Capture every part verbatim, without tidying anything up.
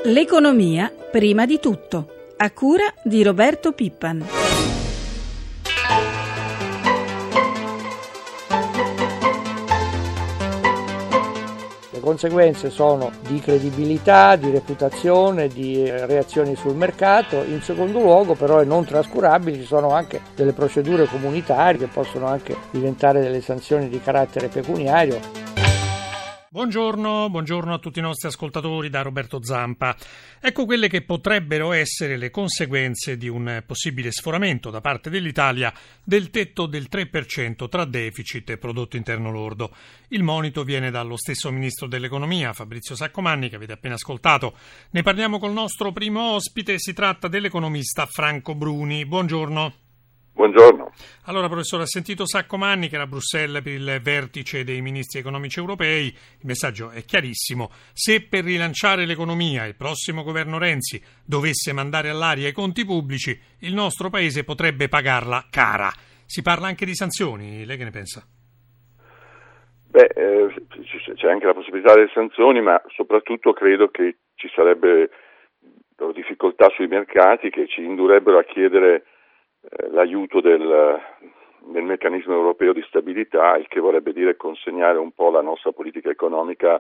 L'economia prima di tutto, a cura di Roberto Pippan. Le conseguenze sono di credibilità, di reputazione, di reazioni sul mercato. In secondo luogo, però, e non trascurabili, ci sono anche delle procedure comunitarie che possono anche diventare delle sanzioni di carattere pecuniario. Buongiorno, buongiorno a tutti i nostri ascoltatori da Roberto Zampa. Ecco quelle che potrebbero essere le conseguenze di un possibile sforamento da parte dell'Italia del tetto del tre per cento tra deficit e prodotto interno lordo. Il monito viene dallo stesso ministro dell'economia, Fabrizio Saccomanni, che avete appena ascoltato. Ne parliamo col nostro primo ospite, si tratta dell'economista Franco Bruni. Buongiorno. Buongiorno. Allora, professore, ha sentito Saccomanni che era a Bruxelles per il vertice dei ministri economici europei. Il messaggio è chiarissimo. Se per rilanciare l'economia il prossimo governo Renzi dovesse mandare all'aria i conti pubblici, il nostro paese potrebbe pagarla cara. Si parla anche di sanzioni. Lei che ne pensa? Beh, eh, c'è anche la possibilità delle sanzioni, ma soprattutto credo che ci sarebbe difficoltà sui mercati che ci indurrebbero a chiedere l'aiuto del, del meccanismo europeo di stabilità, il che vorrebbe dire consegnare un po' la nostra politica economica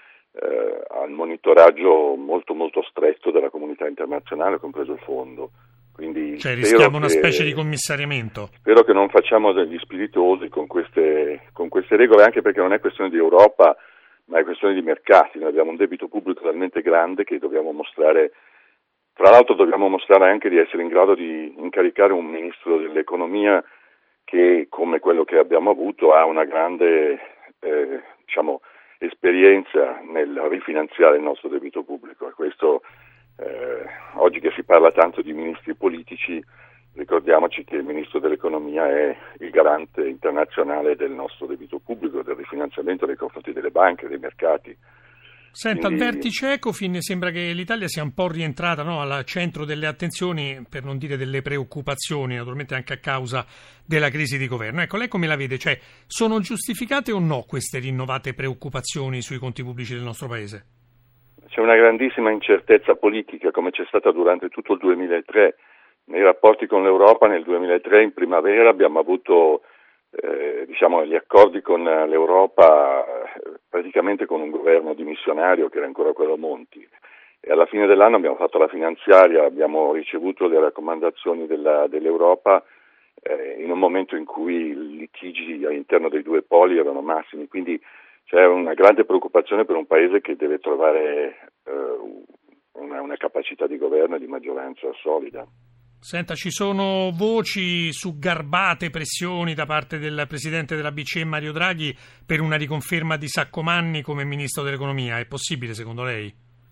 eh, al monitoraggio molto molto stretto della comunità internazionale, compreso il fondo. Quindi cioè rischiamo che, una specie di commissariamento. Spero che non facciamo degli spiritosi con queste, con queste regole, anche perché non è questione di Europa, ma è questione di mercati. Noi abbiamo un debito pubblico talmente grande che dobbiamo mostrare. Tra l'altro dobbiamo mostrare anche di essere in grado di incaricare un ministro dell'economia che, come quello che abbiamo avuto, ha una grande eh, diciamo, esperienza nel rifinanziare il nostro debito pubblico. E questo, eh, oggi che si parla tanto di ministri politici, ricordiamoci che il ministro dell'economia è il garante internazionale del nostro debito pubblico, del rifinanziamento nei confronti delle banche, dei mercati. Senta, Quindi... al vertice Ecofin sembra che l'Italia sia un po' rientrata, no, al centro delle attenzioni, per non dire delle preoccupazioni, naturalmente anche a causa della crisi di governo. Ecco, lei come la vede? Cioè, sono giustificate o no queste rinnovate preoccupazioni sui conti pubblici del nostro Paese? C'è una grandissima incertezza politica, come c'è stata durante tutto il duemilatré. Nei rapporti con l'Europa nel duemilatré, in primavera, abbiamo avuto Eh, diciamo gli accordi con l'Europa eh, praticamente con un governo dimissionario che era ancora quello Monti, e alla fine dell'anno abbiamo fatto la finanziaria, abbiamo ricevuto le raccomandazioni della, dell'Europa eh, in un momento in cui i litigi all'interno dei due poli erano massimi, quindi c'è una grande preoccupazione per un paese che deve trovare eh, una, una capacità di governo e di maggioranza solida. Senta, ci sono voci su garbate pressioni da parte del presidente della B C E Mario Draghi per una riconferma di Saccomanni come ministro dell'economia. È possibile secondo lei?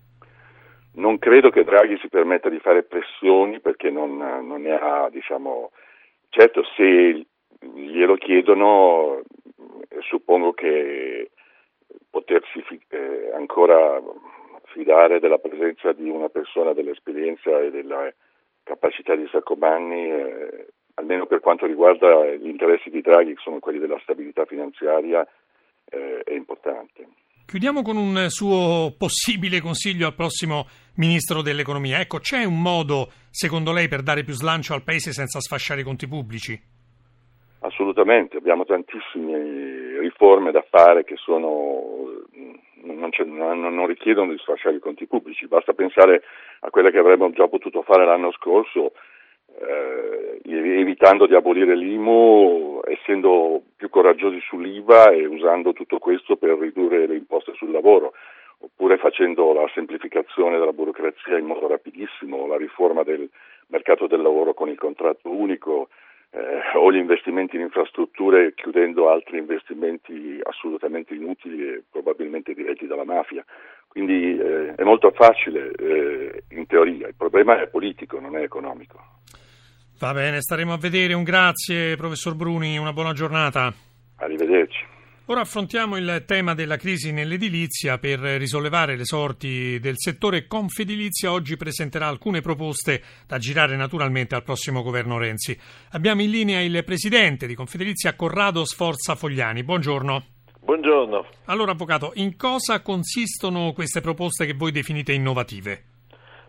Non credo che Draghi si permetta di fare pressioni perché non, non ne ha, diciamo, certo se glielo chiedono suppongo che potersi eh, ancora fidare della presenza di una persona dell'esperienza e della capacità di Saccomanni, eh, almeno per quanto riguarda gli interessi di Draghi, che sono quelli della stabilità finanziaria, eh, è importante. Chiudiamo con un suo possibile consiglio al prossimo ministro dell'economia. Ecco, c'è un modo, secondo lei, per dare più slancio al paese senza sfasciare i conti pubblici? Assolutamente, abbiamo tantissime riforme da fare che sono non, non, non richiedono di sfasciare i conti pubblici, basta pensare a quelle che avremmo già potuto fare l'anno scorso, eh, evitando di abolire l'I M U, essendo più coraggiosi sull'I V A e usando tutto questo per ridurre le imposte sul lavoro, oppure facendo la semplificazione della burocrazia in modo rapidissimo, la riforma del mercato del lavoro con il contratto unico, Eh, o gli investimenti in infrastrutture chiudendo altri investimenti assolutamente inutili e probabilmente diretti dalla mafia. Quindi eh, è molto facile eh, in teoria, il problema è politico, non è economico. Va bene, staremo a vedere. Un grazie professor Bruni, una buona giornata. Arrivederci. Ora affrontiamo il tema della crisi nell'edilizia. Per risollevare le sorti del settore, Confedilizia oggi presenterà alcune proposte da girare naturalmente al prossimo governo Renzi. Abbiamo in linea il presidente di Confedilizia, Corrado Sforza Fogliani. Buongiorno. Buongiorno. Allora, avvocato, in cosa consistono queste proposte che voi definite innovative?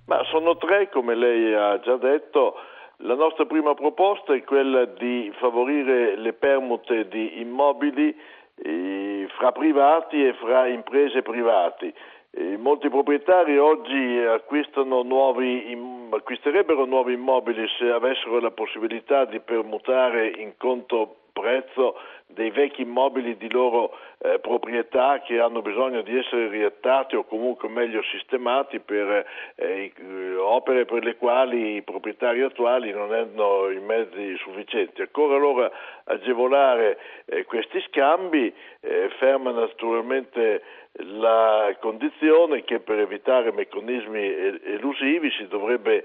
Ma sono tre, come lei ha già detto. La nostra prima proposta è quella di favorire le permute di immobili eh, fra privati e fra imprese privati. Eh, molti proprietari oggi acquistano nuovi, im, acquisterebbero nuovi immobili se avessero la possibilità di permutare in conto prezzo dei vecchi immobili di loro eh, proprietà che hanno bisogno di essere riattati o comunque meglio sistemati per eh, opere per le quali i proprietari attuali non hanno i mezzi sufficienti. Occorre allora agevolare eh, questi scambi, eh, ferma naturalmente la condizione che per evitare meccanismi elusivi si dovrebbe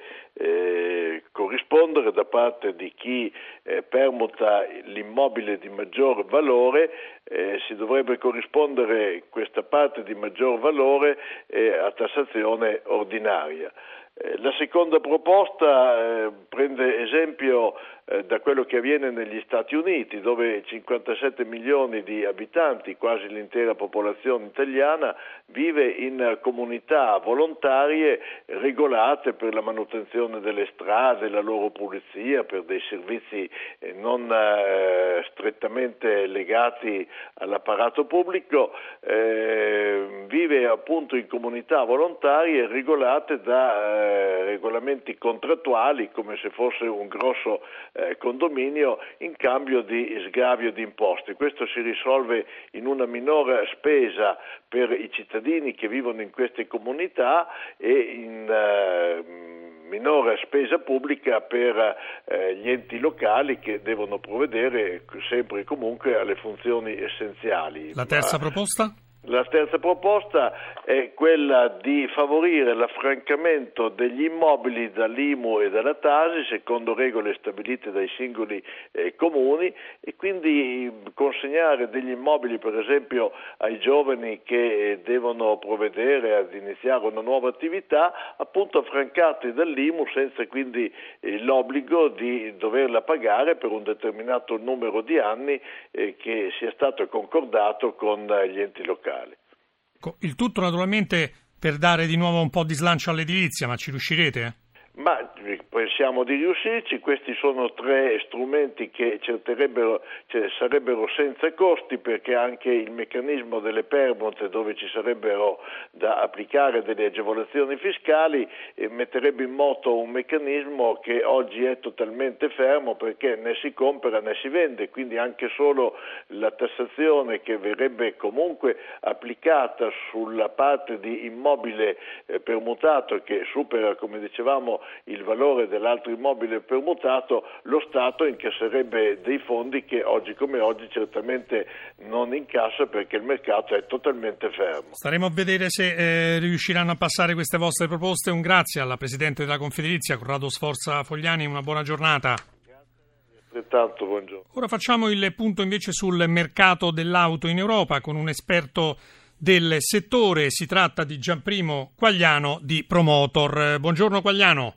eh, corrispondere da parte di chi eh, permuta l'immobile di maggior valore, eh, si dovrebbe corrispondere questa parte di maggior valore eh, a tassazione ordinaria. Eh, la seconda proposta eh, prende esempio eh, da quello che avviene negli Stati Uniti, dove cinquantasette milioni di abitanti, quasi l'intera popolazione italiana, vive in comunità volontarie regolate per la manutenzione delle strade, la loro pulizia, per dei servizi eh, non eh, strettamente legati all'apparato pubblico, eh, vive appunto in comunità volontarie regolate da eh, regolamenti contrattuali, come se fosse un grosso eh, condominio, in cambio di sgravio di imposte. Questo si risolve in una minore spesa per i cittadini che vivono in queste comunità e in eh, minore spesa pubblica per eh, gli enti locali che devono provvedere sempre e comunque alle funzioni essenziali. La terza Ma... proposta? La terza proposta è quella di favorire l'affrancamento degli immobili dall'I M U e dalla Tasi secondo regole stabilite dai singoli eh, comuni e quindi consegnare degli immobili per esempio ai giovani che eh, devono provvedere ad iniziare una nuova attività, appunto affrancati dall'I M U senza quindi eh, l'obbligo di doverla pagare per un determinato numero di anni eh, che sia stato concordato con eh, gli enti locali. Il tutto naturalmente per dare di nuovo un po' di slancio all'edilizia, ma ci riuscirete? Ma pensiamo di riuscirci, questi sono tre strumenti che cercherebbero, cioè, sarebbero senza costi, perché anche il meccanismo delle permute, dove ci sarebbero da applicare delle agevolazioni fiscali, eh, metterebbe in moto un meccanismo che oggi è totalmente fermo perché né si compra né si vende, quindi anche solo la tassazione che verrebbe comunque applicata sulla parte di immobile eh, permutato che supera, come dicevamo, il valore dell'altro immobile permutato, lo Stato incasserebbe dei fondi che oggi come oggi certamente non incassa perché il mercato è totalmente fermo. Staremo a vedere se eh, riusciranno a passare queste vostre proposte. Un grazie alla Presidente della Confedilizia, Corrado Sforza Fogliani, una buona giornata. Altrettanto, buongiorno. Ora facciamo il punto invece sul mercato dell'auto in Europa con un esperto del settore. Si tratta di Gianprimo Quagliano di Promotor. Buongiorno Quagliano.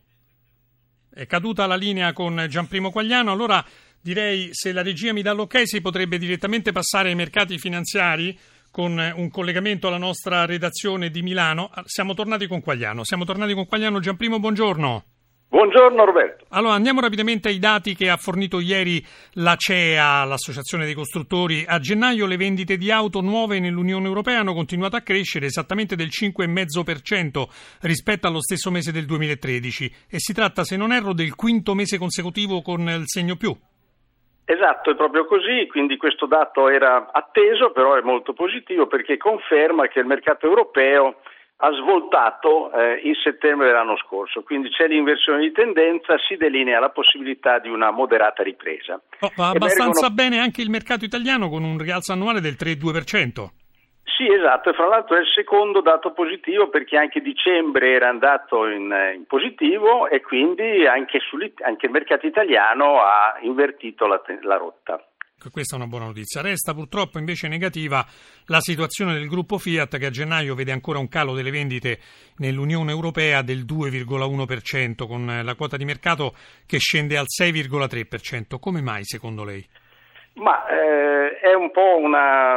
È caduta la linea con Gianprimo Quagliano, allora direi, se la regia mi dà l'ok, si potrebbe direttamente passare ai mercati finanziari con un collegamento alla nostra redazione di Milano. Siamo tornati con Quagliano. Siamo tornati con Quagliano. Gianprimo, buongiorno. Buongiorno Roberto. Allora andiamo rapidamente ai dati che ha fornito ieri la C E A, l'Associazione dei Costruttori. A gennaio le vendite di auto nuove nell'Unione Europea hanno continuato a crescere esattamente del cinque virgola cinque per cento rispetto allo stesso mese del duemilatredici e si tratta, se non erro, del quinto mese consecutivo con il segno più. Esatto, è proprio così, quindi questo dato era atteso, però è molto positivo perché conferma che il mercato europeo ha svoltato eh, in settembre dell'anno scorso, quindi c'è l'inversione di tendenza, si delinea la possibilità di una moderata ripresa. Oh, va abbastanza emergono... bene anche il mercato italiano con un rialzo annuale del tre virgola due per cento. Sì, esatto, e fra l'altro è il secondo dato positivo perché anche dicembre era andato in, in positivo e quindi anche, anche il mercato italiano ha invertito la, la rotta. Questa è una buona notizia. Resta purtroppo invece negativa la situazione del gruppo Fiat, che a gennaio vede ancora un calo delle vendite nell'Unione Europea del due virgola uno per cento, con la quota di mercato che scende al sei virgola tre per cento. Come mai secondo lei? Ma eh, è un po' una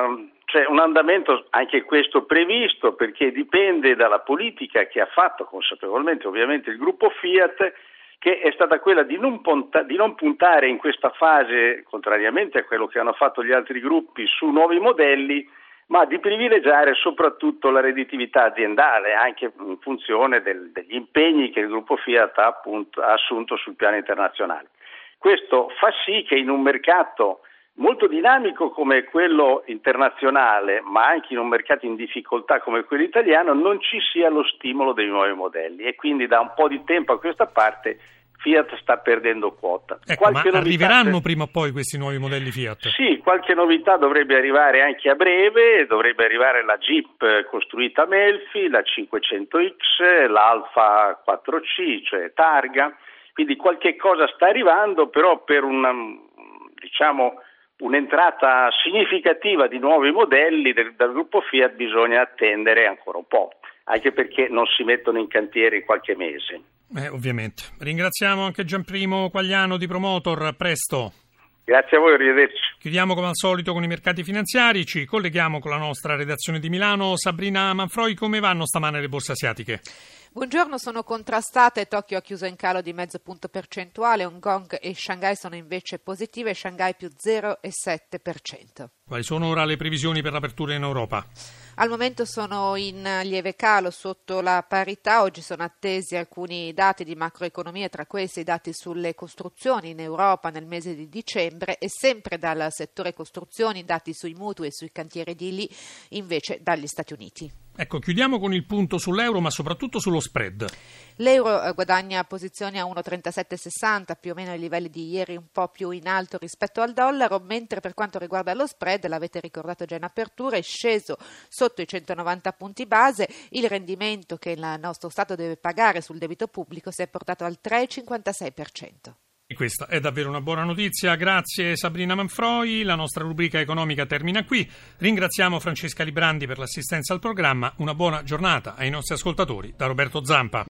c'è un andamento anche questo previsto, perché dipende dalla politica che ha fatto consapevolmente ovviamente il gruppo Fiat, che è stata quella di non, punta- di non puntare in questa fase, contrariamente a quello che hanno fatto gli altri gruppi, su nuovi modelli, ma di privilegiare soprattutto la redditività aziendale, anche in funzione del, degli impegni che il gruppo Fiat ha, appunto, ha assunto sul piano internazionale. Questo fa sì che in un mercato molto dinamico come quello internazionale, ma anche in un mercato in difficoltà come quello italiano, non ci sia lo stimolo dei nuovi modelli, e quindi da un po' di tempo a questa parte Fiat sta perdendo quota. Ecco, ma arriveranno per... prima o poi questi nuovi modelli Fiat? Sì, qualche novità dovrebbe arrivare anche a breve. Dovrebbe arrivare la Jeep costruita a Melfi, la cinquecento X, l'Alfa quattro C, cioè Targa, quindi qualche cosa sta arrivando, però per una, diciamo, un'entrata significativa di nuovi modelli del, del gruppo Fiat bisogna attendere ancora un po', anche perché non si mettono in cantiere in qualche mese. Eh, ovviamente. Ringraziamo anche Gianprimo Quagliano di Promotor, a presto. Grazie a voi, arrivederci. Chiudiamo come al solito con i mercati finanziari, ci colleghiamo con la nostra redazione di Milano. Sabrina Manfroi, come vanno stamane le borse asiatiche? Buongiorno, sono contrastate. Tokyo ha chiuso in calo di mezzo punto percentuale, Hong Kong e Shanghai sono invece positive, Shanghai più zero virgola sette per cento. Quali sono ora le previsioni per l'apertura in Europa? Al momento sono in lieve calo, sotto la parità. Oggi sono attesi alcuni dati di macroeconomia, tra questi i dati sulle costruzioni in Europa nel mese di dicembre, e sempre dal settore costruzioni dati sui mutui e sui cantieri edili invece dagli Stati Uniti. Ecco, chiudiamo con il punto sull'euro, ma soprattutto sullo spread. L'euro eh, guadagna posizioni a uno virgola trentasette sessanta, più o meno ai livelli di ieri, un po' più in alto rispetto al dollaro, mentre per quanto riguarda lo spread, l'avete ricordato già in apertura, è sceso sotto i centonovanta punti base. Il rendimento che il nostro Stato deve pagare sul debito pubblico si è portato al tre virgola cinquantasei per cento. E questa è davvero una buona notizia. Grazie Sabrina Manfroi. La nostra rubrica economica termina qui. Ringraziamo Francesca Librandi per l'assistenza al programma. Una buona giornata ai nostri ascoltatori da Roberto Zampa.